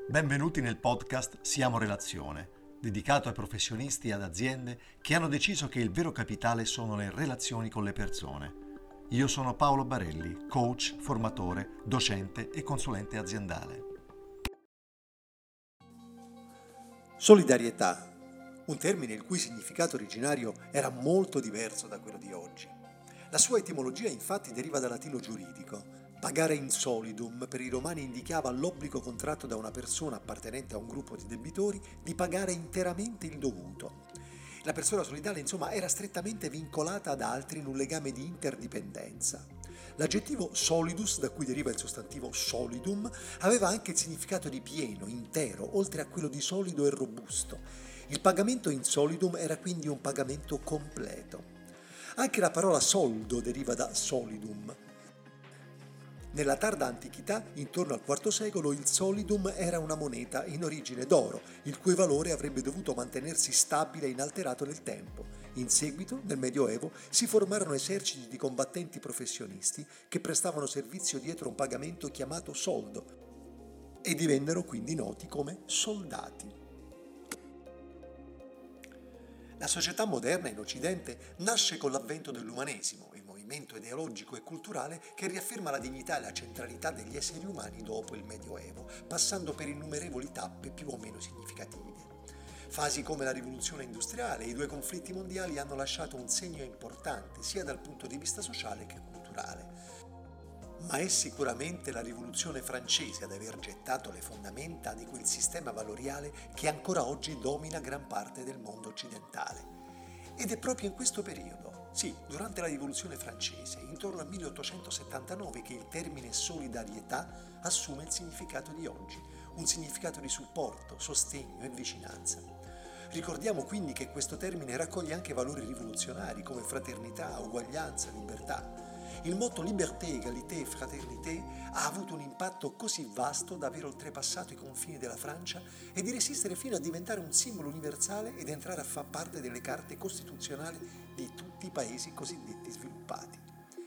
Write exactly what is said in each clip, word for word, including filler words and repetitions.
Benvenuti nel podcast Siamo Relazione, dedicato ai professionisti e ad aziende che hanno deciso che il vero capitale sono le relazioni con le persone. Io sono Paolo Barelli, coach, formatore, docente e consulente aziendale. Solidarietà, un termine il cui significato originario era molto diverso da quello di oggi. La sua etimologia infatti deriva dal latino giuridico. Pagare in solidum per i romani indicava l'obbligo contratto da una persona appartenente a un gruppo di debitori di pagare interamente il dovuto. La persona solidale, insomma, era strettamente vincolata ad altri in un legame di interdipendenza. L'aggettivo solidus, da cui deriva il sostantivo solidum, aveva anche il significato di pieno, intero, oltre a quello di solido e robusto. Il pagamento in solidum era quindi un pagamento completo. Anche la parola soldo deriva da solidum. Nella tarda antichità, intorno al quarto secolo, il solidum era una moneta in origine d'oro, il cui valore avrebbe dovuto mantenersi stabile e inalterato nel tempo. In seguito, nel Medioevo, si formarono eserciti di combattenti professionisti che prestavano servizio dietro un pagamento chiamato soldo e divennero quindi noti come soldati. La società moderna in Occidente nasce con l'avvento dell'umanesimo, il movimento ideologico e culturale che riafferma la dignità e la centralità degli esseri umani dopo il Medioevo, passando per innumerevoli tappe più o meno significative. Fasi come la rivoluzione industriale e i due conflitti mondiali hanno lasciato un segno importante sia dal punto di vista sociale che culturale. Ma è sicuramente la rivoluzione francese ad aver gettato le fondamenta di quel sistema valoriale che ancora oggi domina gran parte del mondo occidentale. Ed è proprio in questo periodo, sì, durante la rivoluzione francese, intorno al milleottocentosettantanove, che il termine solidarietà assume il significato di oggi, un significato di supporto, sostegno e vicinanza. Ricordiamo quindi che questo termine raccoglie anche valori rivoluzionari come fraternità, uguaglianza, libertà. Il motto liberté, égalité et fraternité ha avuto un impatto così vasto da aver oltrepassato i confini della Francia e di resistere fino a diventare un simbolo universale ed entrare a far parte delle carte costituzionali di tutti i paesi cosiddetti sviluppati.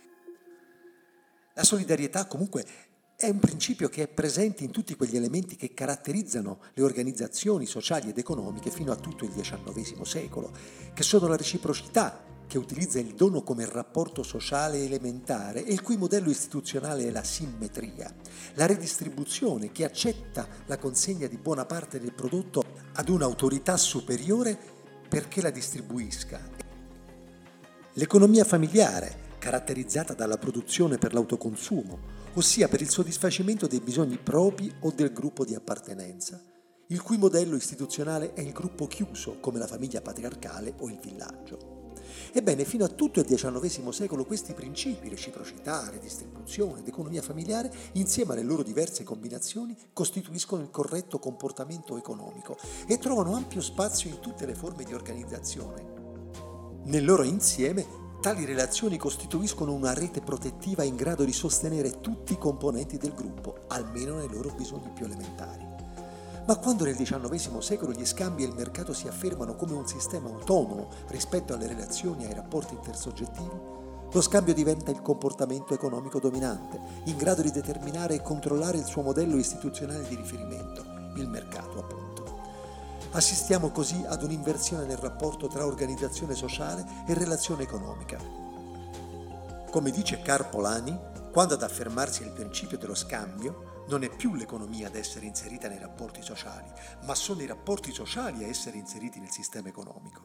La solidarietà comunque è un principio che è presente in tutti quegli elementi che caratterizzano le organizzazioni sociali ed economiche fino a tutto il diciannovesimo secolo, che sono la reciprocità, che utilizza il dono come rapporto sociale elementare e il cui modello istituzionale è la simmetria, la redistribuzione che accetta la consegna di buona parte del prodotto ad un'autorità superiore perché la distribuisca, l'economia familiare, caratterizzata dalla produzione per l'autoconsumo, ossia per il soddisfacimento dei bisogni propri o del gruppo di appartenenza, il cui modello istituzionale è il gruppo chiuso, come la famiglia patriarcale o il villaggio. Ebbene, fino a tutto il diciannovesimo secolo questi principi, reciprocità, redistribuzione ed economia familiare, insieme alle loro diverse combinazioni, costituiscono il corretto comportamento economico e trovano ampio spazio in tutte le forme di organizzazione. Nel loro insieme, tali relazioni costituiscono una rete protettiva in grado di sostenere tutti i componenti del gruppo, almeno nei loro bisogni più elementari. Ma quando nel diciannovesimo secolo gli scambi e il mercato si affermano come un sistema autonomo rispetto alle relazioni e ai rapporti intersoggettivi, lo scambio diventa il comportamento economico dominante, in grado di determinare e controllare il suo modello istituzionale di riferimento, il mercato appunto. Assistiamo così ad un'inversione nel rapporto tra organizzazione sociale e relazione economica. Come dice Karl Polanyi, quando ad affermarsi il principio dello scambio, non è più l'economia ad essere inserita nei rapporti sociali, ma sono i rapporti sociali a essere inseriti nel sistema economico.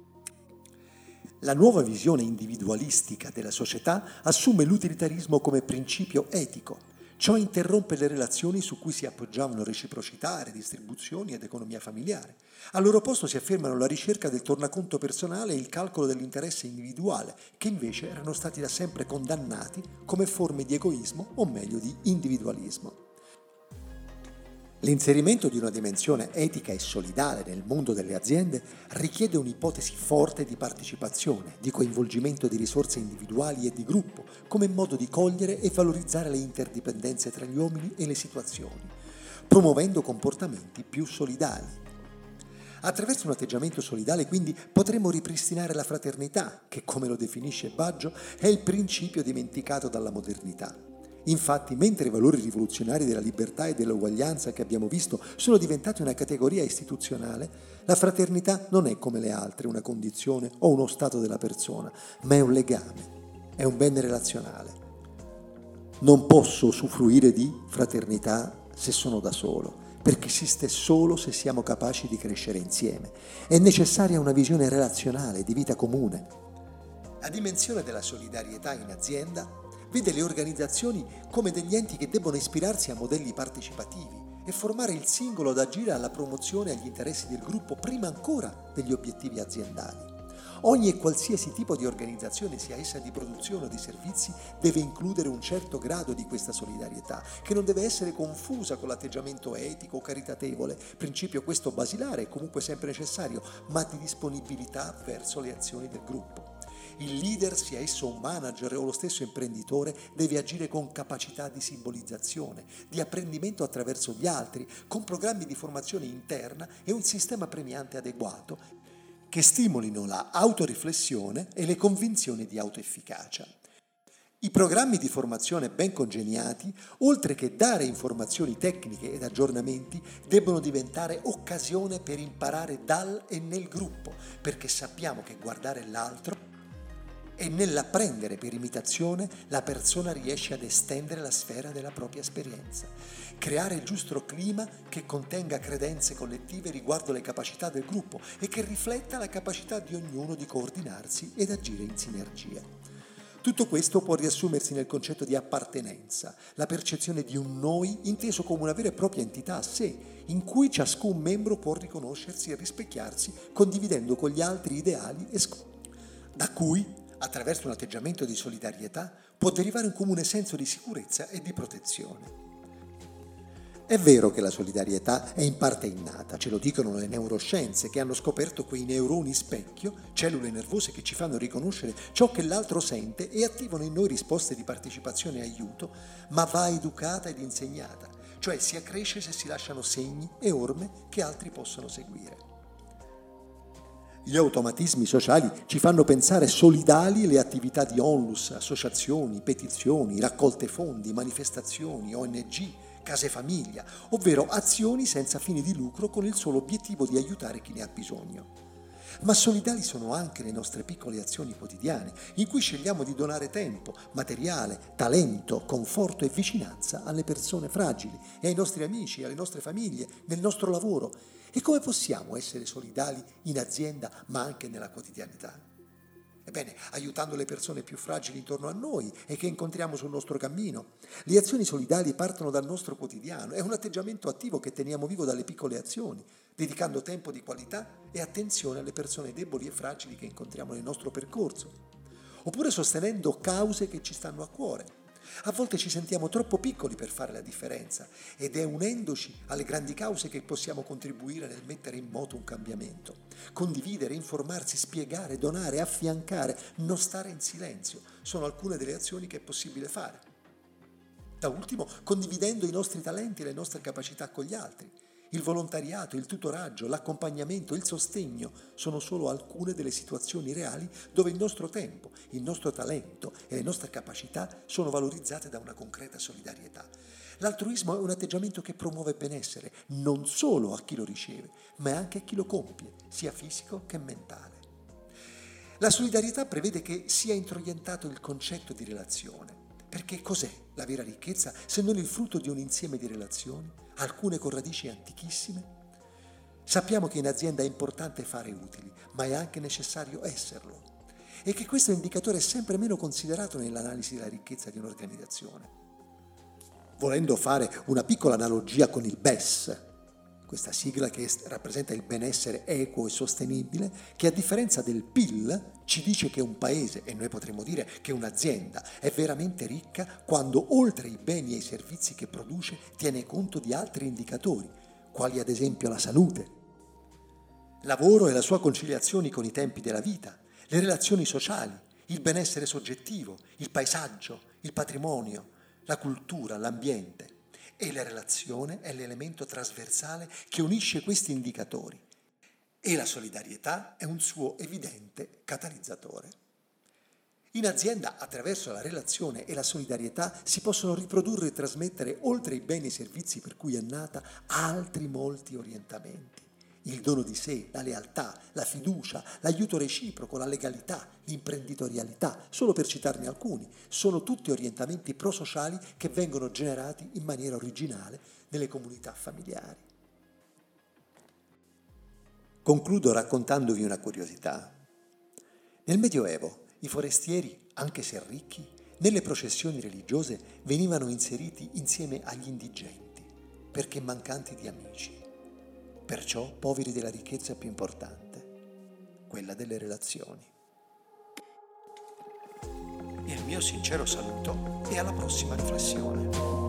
La nuova visione individualistica della società assume l'utilitarismo come principio etico. Ciò interrompe le relazioni su cui si appoggiavano reciprocità, redistribuzioni ed economia familiare. Al loro posto si affermano la ricerca del tornaconto personale e il calcolo dell'interesse individuale, che invece erano stati da sempre condannati come forme di egoismo o meglio di individualismo. L'inserimento di una dimensione etica e solidale nel mondo delle aziende richiede un'ipotesi forte di partecipazione, di coinvolgimento di risorse individuali e di gruppo, come modo di cogliere e valorizzare le interdipendenze tra gli uomini e le situazioni, promuovendo comportamenti più solidali. Attraverso un atteggiamento solidale, quindi, potremo ripristinare la fraternità, che, come lo definisce Baggio, è il principio dimenticato dalla modernità. Infatti, mentre i valori rivoluzionari della libertà e dell'uguaglianza che abbiamo visto sono diventati una categoria istituzionale, la fraternità non è come le altre una condizione o uno stato della persona, ma è un legame, è un bene relazionale. Non posso usufruire di fraternità se sono da solo, perché esiste solo se siamo capaci di crescere insieme. È necessaria una visione relazionale, di vita comune. La dimensione della solidarietà in azienda vede le organizzazioni come degli enti che debbono ispirarsi a modelli partecipativi e formare il singolo ad agire alla promozione e agli interessi del gruppo prima ancora degli obiettivi aziendali. Ogni e qualsiasi tipo di organizzazione, sia essa di produzione o di servizi, deve includere un certo grado di questa solidarietà, che non deve essere confusa con l'atteggiamento etico o caritatevole, principio questo basilare e comunque sempre necessario, ma di disponibilità verso le azioni del gruppo. Il leader, sia esso un manager o lo stesso imprenditore, deve agire con capacità di simbolizzazione, di apprendimento attraverso gli altri, con programmi di formazione interna e un sistema premiante adeguato che stimolino la autoriflessione e le convinzioni di autoefficacia. I programmi di formazione ben congeniati, oltre che dare informazioni tecniche ed aggiornamenti, debbono diventare occasione per imparare dal e nel gruppo, perché sappiamo che guardare l'altro e nell'apprendere per imitazione la persona riesce ad estendere la sfera della propria esperienza, creare il giusto clima che contenga credenze collettive riguardo le capacità del gruppo e che rifletta la capacità di ognuno di coordinarsi ed agire in sinergia. Tutto questo può riassumersi nel concetto di appartenenza, la percezione di un noi inteso come una vera e propria entità a sé, in cui ciascun membro può riconoscersi e rispecchiarsi condividendo con gli altri ideali e scopi, da cui attraverso un atteggiamento di solidarietà, può derivare un comune senso di sicurezza e di protezione. È vero che la solidarietà è in parte innata, ce lo dicono le neuroscienze che hanno scoperto quei neuroni specchio, cellule nervose che ci fanno riconoscere ciò che l'altro sente e attivano in noi risposte di partecipazione e aiuto, ma va educata ed insegnata, cioè si accresce se si lasciano segni e orme che altri possono seguire. Gli automatismi sociali ci fanno pensare solidali le attività di onlus, associazioni, petizioni, raccolte fondi, manifestazioni, O N G, case famiglia, ovvero azioni senza fini di lucro con il solo obiettivo di aiutare chi ne ha bisogno. Ma solidali sono anche le nostre piccole azioni quotidiane, in cui scegliamo di donare tempo, materiale, talento, conforto e vicinanza alle persone fragili e ai nostri amici, alle nostre famiglie, nel nostro lavoro. E come possiamo essere solidali in azienda ma anche nella quotidianità? Ebbene, aiutando le persone più fragili intorno a noi e che incontriamo sul nostro cammino. Le azioni solidali partono dal nostro quotidiano, è un atteggiamento attivo che teniamo vivo dalle piccole azioni, dedicando tempo di qualità e attenzione alle persone deboli e fragili che incontriamo nel nostro percorso, oppure sostenendo cause che ci stanno a cuore. A volte ci sentiamo troppo piccoli per fare la differenza ed è unendoci alle grandi cause che possiamo contribuire nel mettere in moto un cambiamento. Condividere, informarsi, spiegare, donare, affiancare, non stare in silenzio sono alcune delle azioni che è possibile fare. Da ultimo, condividendo i nostri talenti e le nostre capacità con gli altri. Il volontariato, il tutoraggio, l'accompagnamento, il sostegno sono solo alcune delle situazioni reali dove il nostro tempo, il nostro talento e le nostre capacità sono valorizzate da una concreta solidarietà. L'altruismo è un atteggiamento che promuove benessere non solo a chi lo riceve, ma anche a chi lo compie, sia fisico che mentale. La solidarietà prevede che sia introiettato il concetto di relazione. Perché cos'è la vera ricchezza se non il frutto di un insieme di relazioni, alcune con radici antichissime? Sappiamo che in azienda è importante fare utili, ma è anche necessario esserlo, e che questo indicatore è sempre meno considerato nell'analisi della ricchezza di un'organizzazione. Volendo fare una piccola analogia con il B E S, questa sigla che rappresenta il benessere equo e sostenibile, che a differenza del P I L ci dice che un paese, e noi potremmo dire che un'azienda, è veramente ricca quando oltre ai beni e ai servizi che produce tiene conto di altri indicatori, quali ad esempio la salute, lavoro e la sua conciliazione con i tempi della vita, le relazioni sociali, il benessere soggettivo, il paesaggio, il patrimonio, la cultura, l'ambiente. E la relazione è l'elemento trasversale che unisce questi indicatori e la solidarietà è un suo evidente catalizzatore. In azienda, attraverso la relazione e la solidarietà, si possono riprodurre e trasmettere, oltre ai beni e servizi per cui è nata, altri molti orientamenti. Il dono di sé, la lealtà, la fiducia, l'aiuto reciproco, la legalità, l'imprenditorialità, solo per citarne alcuni, sono tutti orientamenti prosociali che vengono generati in maniera originale nelle comunità familiari. Concludo raccontandovi una curiosità. Nel Medioevo i forestieri, anche se ricchi, nelle processioni religiose venivano inseriti insieme agli indigenti, perché mancanti di amici, perciò poveri della ricchezza più importante, quella delle relazioni. Il mio sincero saluto e alla prossima riflessione.